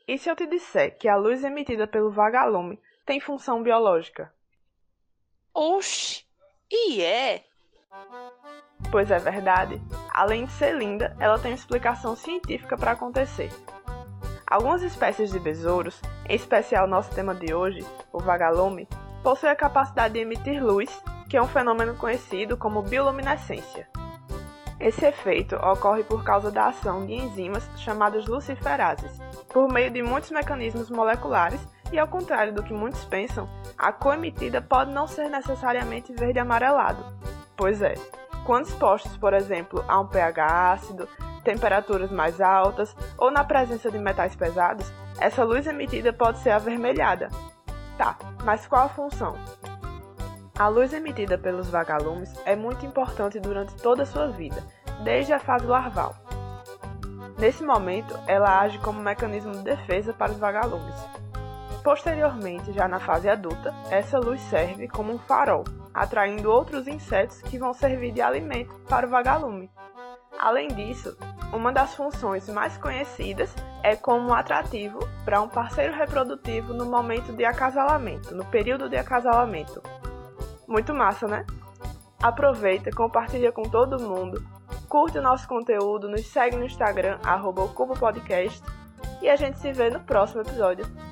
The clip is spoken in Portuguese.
E se eu te disser que a luz emitida pelo vagalume tem função biológica? Oxi, e é? Pois é verdade. Além de ser linda, ela tem uma explicação científica para acontecer. Algumas espécies de besouros, em especial nosso tema de hoje, o vagalume, possuem a capacidade de emitir luz, que é um fenômeno conhecido como bioluminescência. Esse efeito ocorre por causa da ação de enzimas chamadas luciferases, por meio de muitos mecanismos moleculares e, ao contrário do que muitos pensam, a cor emitida pode não ser necessariamente verde-amarelado. Pois é, quando expostos, por exemplo, a um pH ácido, temperaturas mais altas ou na presença de metais pesados, essa luz emitida pode ser avermelhada. Tá, mas qual a função? A luz emitida pelos vagalumes é muito importante durante toda a sua vida, desde a fase larval. Nesse momento, ela age como mecanismo de defesa para os vagalumes. Posteriormente, já na fase adulta, essa luz serve como um farol, atraindo outros insetos que vão servir de alimento para o vagalume. Além disso, uma das funções mais conhecidas é como um atrativo para um parceiro reprodutivo no momento de acasalamento, no período de acasalamento. Muito massa, né? Aproveita, compartilha com todo mundo, curte o nosso conteúdo, nos segue no Instagram, @ocubopodcast, e a gente se vê no próximo episódio.